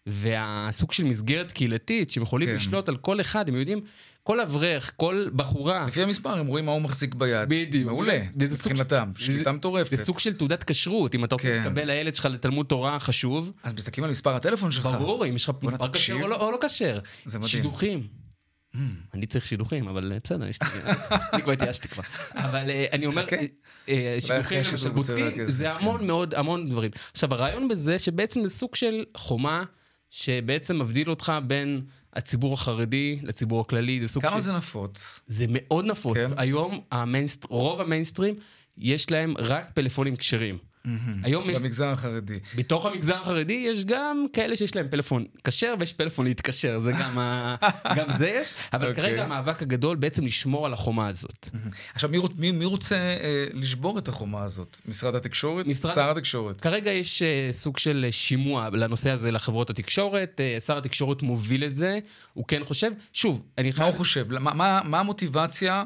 והסוג של מסגרת קהילתית, שהם יכולים לשלוט על כל אחד, הם יודעים, כל אברך, כל בחורה... לפי המספר, הם רואים מה הוא מחזיק ביד. בדיוק. מעולה, מבחינתם, שליטה מטורפת. זה סוג של תעודת כשרות, אם אתה רוצה לקבל לילד שלך לתלמוד תורה חשוב. אז מסתכלים על מספר הטלפון שלך. ברור, אם יש לך מספר כשר או לא כשר. זה מדהים. שידוכים. אני צריך שידוכים, אבל בסדר, אני כבר התייאשתי כבר. אבל אני אומר, שידוכים למשל בוטים, זה המון מאוד, המון דברים. עכשיו, הרעיון בזה שבעצם זה סוג של חומה, שבעצם מבדיל אותך בין הציבור החרדי לציבור הכללי. כמה זה נפוץ? זה מאוד נפוץ. היום רוב המיינסטרים יש להם רק פלאפונים כשרים. במגזר החרדי. בתוך המגזר החרדי יש גם כאלה שיש להם פלאפון כשר ויש פלאפון להתקשר, זה גם זה יש, אבל כרגע המאבק הגדול בעצם לשמור על החומה הזאת. עכשיו מי רוצה לשבור את החומה הזאת? משרד התקשורת? שר התקשורת? כרגע יש סוג של שימוע לנושא הזה לחברות התקשורת, שר התקשורת מוביל את זה, הוא כן חושב, שוב, אני חייב... מה הוא חושב? מה המוטיבציה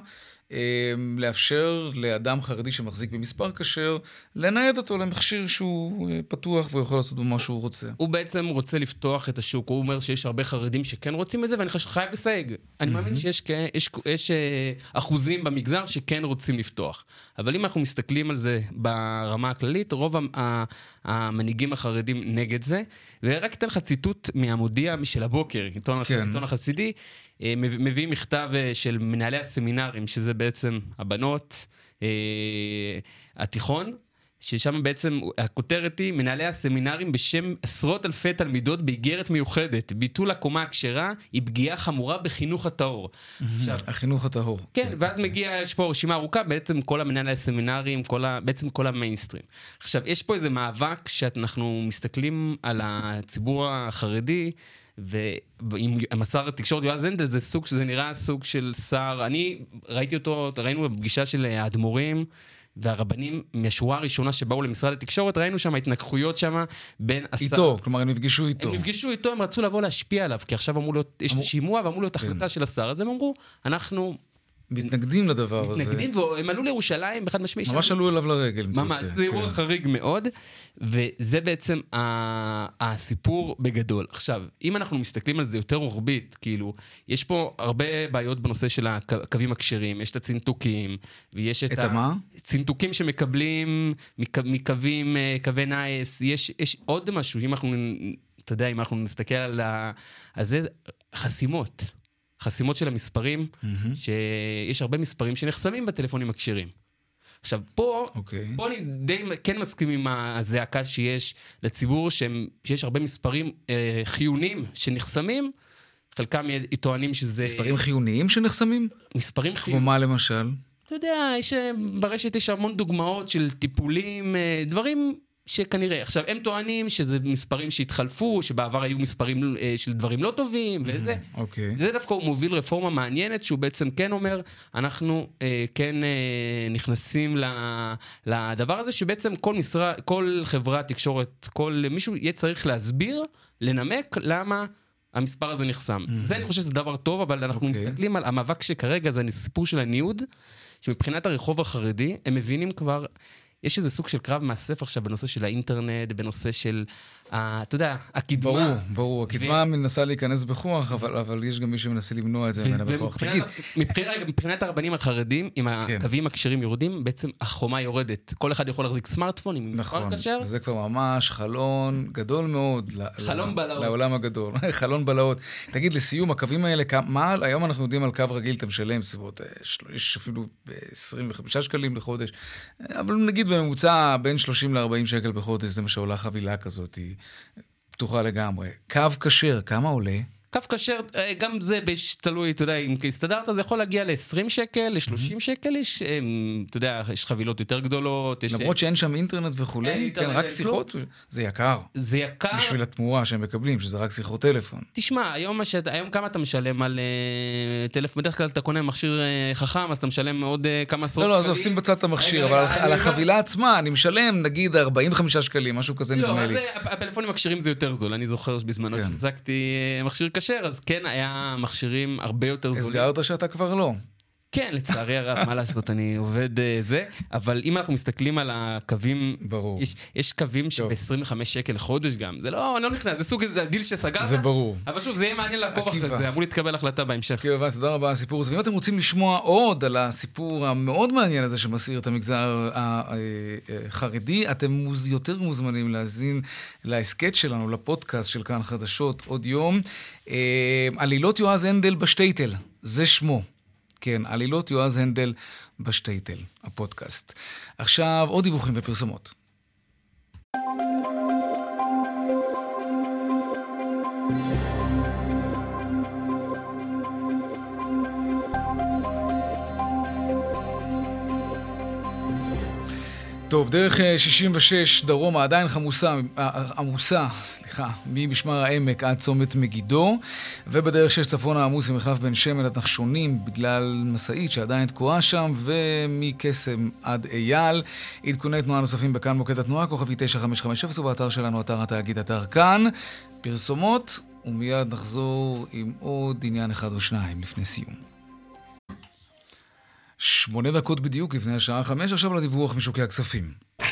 לאפשר לאדם חרדי שמחזיק במספר כשר, לנייד אותו למכשיר שהוא פתוח והוא יכול לעשות במה שהוא רוצה. הוא בעצם רוצה לפתוח את השוק, הוא אומר שיש הרבה חרדים שכן רוצים את זה, ואני חייב לסייג. אני מאמין שיש יש, יש אחוזים במגזר שכן רוצים לפתוח. אבל אם אנחנו מסתכלים על זה ברמה הכללית, רוב המנהיגים החרדים נגד זה, ורק אתן לך ציטוט מהמודיע של הבוקר, עיתון החסידי, מביא מכתב של מנהלי הסמינרים, שזה בעצם הבנות, התיכון, ששם בעצם הכותרת היא מנהלי הסמינרים בשם עשרות אלפי תלמידות באיגרת מיוחדת. ביטול הקומה הכשרה היא פגיעה חמורה בחינוך הטהור. עכשיו, החינוך הטהור. כן, ואז מגיע, יש פה רשימה ארוכה, בעצם כל המנהלי הסמינרים, כל ה, בעצם כל המיינסטרים. עכשיו, יש פה איזה מאבק שאנחנו מסתכלים על הציבור החרדי, ועם השר התקשורת יועז הנדל, זה סוג שזה נראה סוג של שר, אני ראיתי אותו, ראינו בפגישה של האדמו"רים, והרבנים מהשורה הראשונה שבאו למשרד התקשורת, ראינו שם התנגחויות שם בין השר... איתו, כלומר הם נפגשו איתו. הם נפגשו איתו, הם רצו לבוא להשפיע עליו, כי עכשיו אמרו לו, יש שימוע ואמרו לו את החלטה של השר, אז הם אמרו, אנחנו... מתנגדים לדבר הזה. מתנגדים, והם עלו לירושלים באחד משמעי... ממש עלו אליו לרגל. ממש, זה אירוע חריג מאוד, וזה בעצם הסיפור בגדול. עכשיו, אם אנחנו מסתכלים על זה יותר רוחבית, כאילו, יש פה הרבה בעיות בנושא של הקווים הכשרים, יש את הצינתוקים, ויש את... את מה? הצינתוקים שמקבלים מקווים, קווי נייס, יש עוד משהו, אם אנחנו, אתה יודע, אם אנחנו נסתכל על זה, חסימות. חסימות של המספרים, mm-hmm. שיש הרבה מספרים שנחסמים בטלפונים הכשרים. עכשיו, פה, okay. פה אני די כן מסכים עם הזעקה שיש לציבור, שהם, שיש הרבה מספרים אה, חיוניים שנחסמים, חלקם טוענים שזה... מספרים חיוניים שנחסמים? מספרים חיוניים. כמו מה למשל? אתה יודע, יש, ברשת יש המון דוגמאות של טיפולים, אה, דברים... שכנראה, עכשיו, הם טוענים שזה מספרים שהתחלפו, שבעבר היו מספרים אה, של דברים לא טובים, וזה. אוקיי. זה דווקא הוא מוביל רפורמה מעניינת, שהוא בעצם כן אומר, אנחנו אה, כן אה, נכנסים לדבר הזה, שבעצם כל משרה, כל חברת תקשורת, כל מישהו יהיה צריך להסביר, לנמק למה המספר הזה נחסם. זה אני חושב שזה דבר טוב, אבל אנחנו מסתכלים על המאבק שכרגע, זה הסיפור של הניוד, שמבחינת הרחוב החרדי, הם מבינים כבר... יש איזה סוג של קרב מאסף עכשיו בנושא של האינטרנט, בנושא של, אתה יודע, הקדמה. ברור, ברור. הקדמה מנסה להיכנס בכוח, אבל יש גם מי שמנסה למנוע את זה ממנה בכוח. תגיד. מבחינת הרבנים החרדים, אם הקווים הכשרים יורדים, בעצם החומה יורדת. כל אחד יכול להחזיק סמארטפון עם מספר כשר. נכון, זה כבר ממש חלון גדול מאוד. חלון בלהות. לעולם הגדול. חלון בלהות. תגיד, לסיום, הקווים האלה, היום אנחנו יודעים על קו רגיל, אתה משלם סביבות, יש אפילו עשרים וחמישה שקלים לחודש, אבל נגיד בממוצע בין שלושים לארבעים שקל בחודש, זה מה שעולה חבילה כזאת, היא פתוחה לגמרי. קו כשר, כמה עולה? קו כשר, גם זה תלוי, אתה יודע, אם הסתדרת, זה יכול להגיע ל-עשרים שקל, ל-שלושים שקל, יש, אתה יודע, יש חבילות יותר גדולות. למרות שאין שם אינטרנט וכולי, כן, רק שיחות, זה יקר. זה יקר. בשביל התמורה שהם מקבלים, שזה רק שיחות טלפון. תשמע, היום כמה אתה משלם על טלפון? בדרך כלל אתה קונה מכשיר חכם, אז אתה משלם עוד כמה עשרות שקלים. לא, לא, אז עושים בצד את המכשיר, אבל על החבילה עצמה, אני משלם, נגיד, ארבעים וחמישה שקלים, משהו כזה נדמה לי. לא, הפלאפונים הכשרים זה יותר זול. אני זוכר שבזמנו שהחזקתי מכשיר כשר, אז כן היה מכשירים הרבה יותר זולים. הסגרת שאתה כבר לא. כן, לצערי הרב, מה לעשות, אני עובד זה, אבל אם אנחנו מסתכלים על הקווים, ברור. יש, יש קווים שב-עשרים וחמישה שקל לחודש גם, זה לא, לא נכנס, זה סוג, זה הדיל שסגרת. זה ברור. אבל שוב, זה יהיה מעניין לעקוב אחרי זה, אמרו להתקבל החלטה בהמשך. עקיבא וייס, תודה רבה על הסיפור הזה. ואם אתם רוצים לשמוע עוד על הסיפור המאוד מעניין הזה שמסעיר את המגזר החרדי, אתם יותר מוזמנים להזין להסקט שלנו, לפודקאסט של כאן חדשות עוד יום. עלילות יועז הנדל בשטייטל, זה שמו. כן, עלילות יועז הנדל בשטייטל, הפודקאסט. עכשיו, עוד דיווחים ופרסומות. טוב, דרך שישים ושש דרומה עדיין חמוסה, עמוסה, סליחה, ממשמר העמק עד צומת מגידו, ובדרך שש צפונה עמוס ממחלף בן שמן עד נחשונים בגלל מסעית שעדיין תקועה שם, ומקסם עד אייל. עדכוני תנועה נוספים בכאן מוקד התנועה, כוכבי תשע חמש חמש אפס, ובאתר שלנו, אתר התאגיד, אתר כאן. פרסומות, ומיד נחזור עם עוד עניין אחד או שניים לפני סיום. שמונה דקות בדיוק לפני השעה חמש, עכשיו לדיווח משוקי הכספים.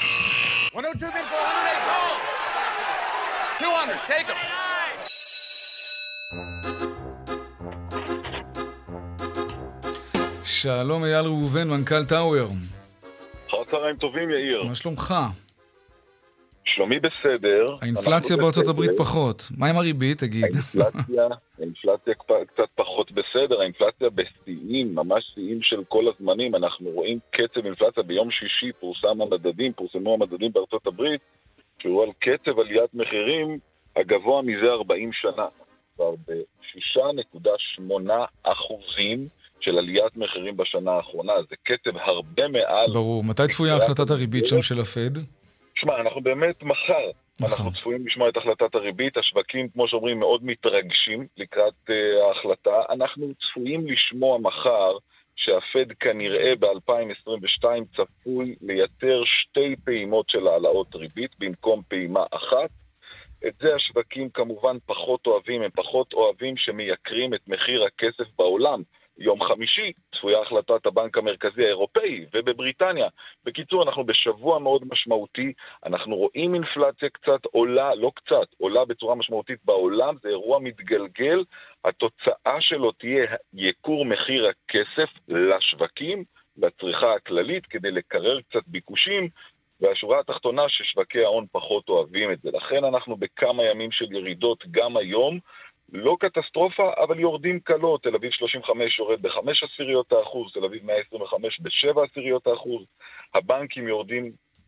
שלום אייל ראובן, מנכ"ל טאוור. אחר צהריים טובים, יאיר. מה שלומך? שלומי בסדר. האינפלציה בארצות הברית פחות. מה עם הריבית, תגיד? האינפלציה, האינפלציה קצת פחות בסדר, האינפלציה בשיאים, ממש שיאים של כל הזמנים. אנחנו רואים קצב אינפלציה ביום שישי, פורסם המדדים, פורסמו המדדים בארצות הברית, שהוא על קצב עליית מחירים הגבוה מזה ארבעים שנה. כבר ב-שישה נקודה שמונה אחוזים של עליית מחירים בשנה האחרונה. זה קצב הרבה מעל... ברור. מתי צפויה החלטת הריבית שם של הפד? שמע, אנחנו באמת מחר, אנחנו צפויים לשמוע את החלטת הריבית, השווקים, כמו שאומרים, מאוד מתרגשים לקראת uh, ההחלטה. אנחנו צפויים לשמוע מחר שהפד כנראה ב-אלפיים עשרים ושתיים צפוי לייתר שתי פעימות של העלאות ריבית במקום פעימה אחת. את זה השווקים כמובן פחות אוהבים, הם פחות אוהבים שמייקרים את מחיר הכסף בעולם. יום חמישי צפויה החלטת הבנק המרכזי האירופאי ובבריטניה. בקיצור, אנחנו בשבוע מאוד משמעותי, אנחנו רואים אינפלציה קצת עולה, לא קצת, עולה בצורה משמעותית בעולם, זה אירוע מתגלגל, התוצאה שלו תהיה יקור מחיר הכסף לשווקים, לצריכה הכללית, כדי לקרר קצת ביקושים, והשורה התחתונה ששווקי ההון פחות אוהבים את זה. לכן אנחנו בכמה ימים של ירידות גם היום, לא קטסטרופה, אבל יורדים קלות. תל אביב שלושים וחמש יורד ב-חמש עשיריות האחוז, תל אביב מאה עשרים וחמש ב-שבע עשיריות האחוז. הבנקים יורדים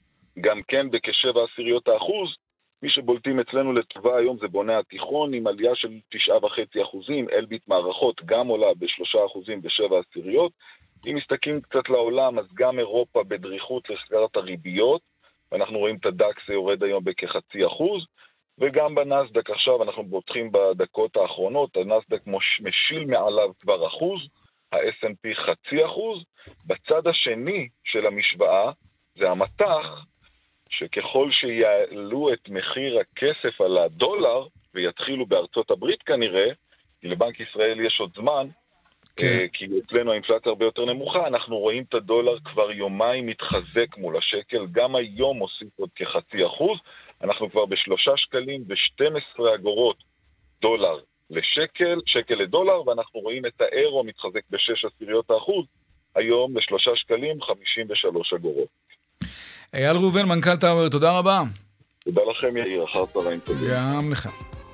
גם כן בכ-שבע עשיריות האחוז. מי שבולטים אצלנו לטובה היום זה בוני התיכון, עם עלייה של תשעה וחצי אחוזים. אלביט מערכות גם עולה בשלושה אחוזים בשבע עשיריות. אם מסתכלים קצת לעולם, אז גם אירופה בדריכות לחקרת הריביות, ואנחנו רואים את הדקס יורד היום בכחצי אחוז. וגם בנסדק עכשיו אנחנו בוטחים בדקות האחרונות, הנסדק משיל מעליו כבר אחוז, ה-אס אנד פי חצי אחוז. בצד השני של המשוואה זה המתח, שככל שיעלו את מחיר הכסף על הדולר, ויתחילו בארצות הברית כנראה, כי לבנק ישראל יש עוד זמן, כן. כי אצלנו האינפלציה הרבה יותר נמוכה, אנחנו רואים את הדולר כבר יומיים מתחזק מול השקל, גם היום מוסיף עוד כחצי אחוז, אנחנו כבר בשלושה שקלים ושתים עשרה אגורות דולר לשקל, שקל לדולר, ואנחנו רואים את האירו מתחזק בשש עשיריות האחוז, היום לשלושה שקלים חמישים ושלוש אגורות. אייל ראובן, מנכ"ל טאוור, תודה רבה. תודה לכם יאיר, אחר צהריים טובים. גם לך.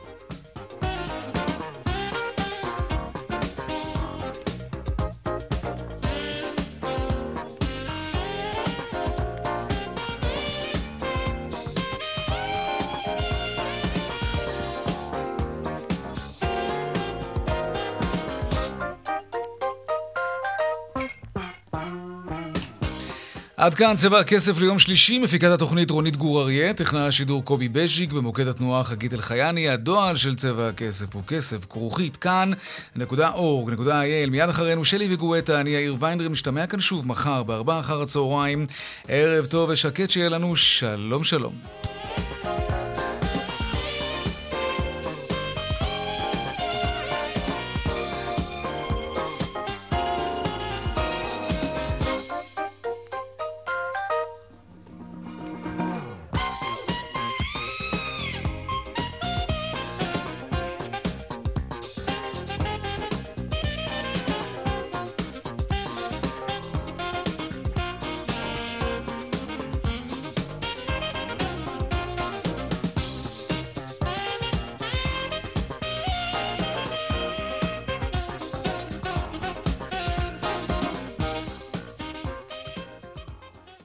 עד כאן צבע הכסף ליום שלישי, מפיקת התוכנית רונית גור אריה, טכנאי השידור קובי בז'יק, במוקד התנועה חגית אלחייני. הדואל של צבע הכסף הוא כסף כרוכית כאן נקודה אורג נקודה איי אל. מיד אחרינו שלי וגואטה, אני יאיר ויינרב, משתמע כאן שוב מחר בארבע אחר הצהריים. ערב טוב ושקט שיהיה לנו, שלום שלום.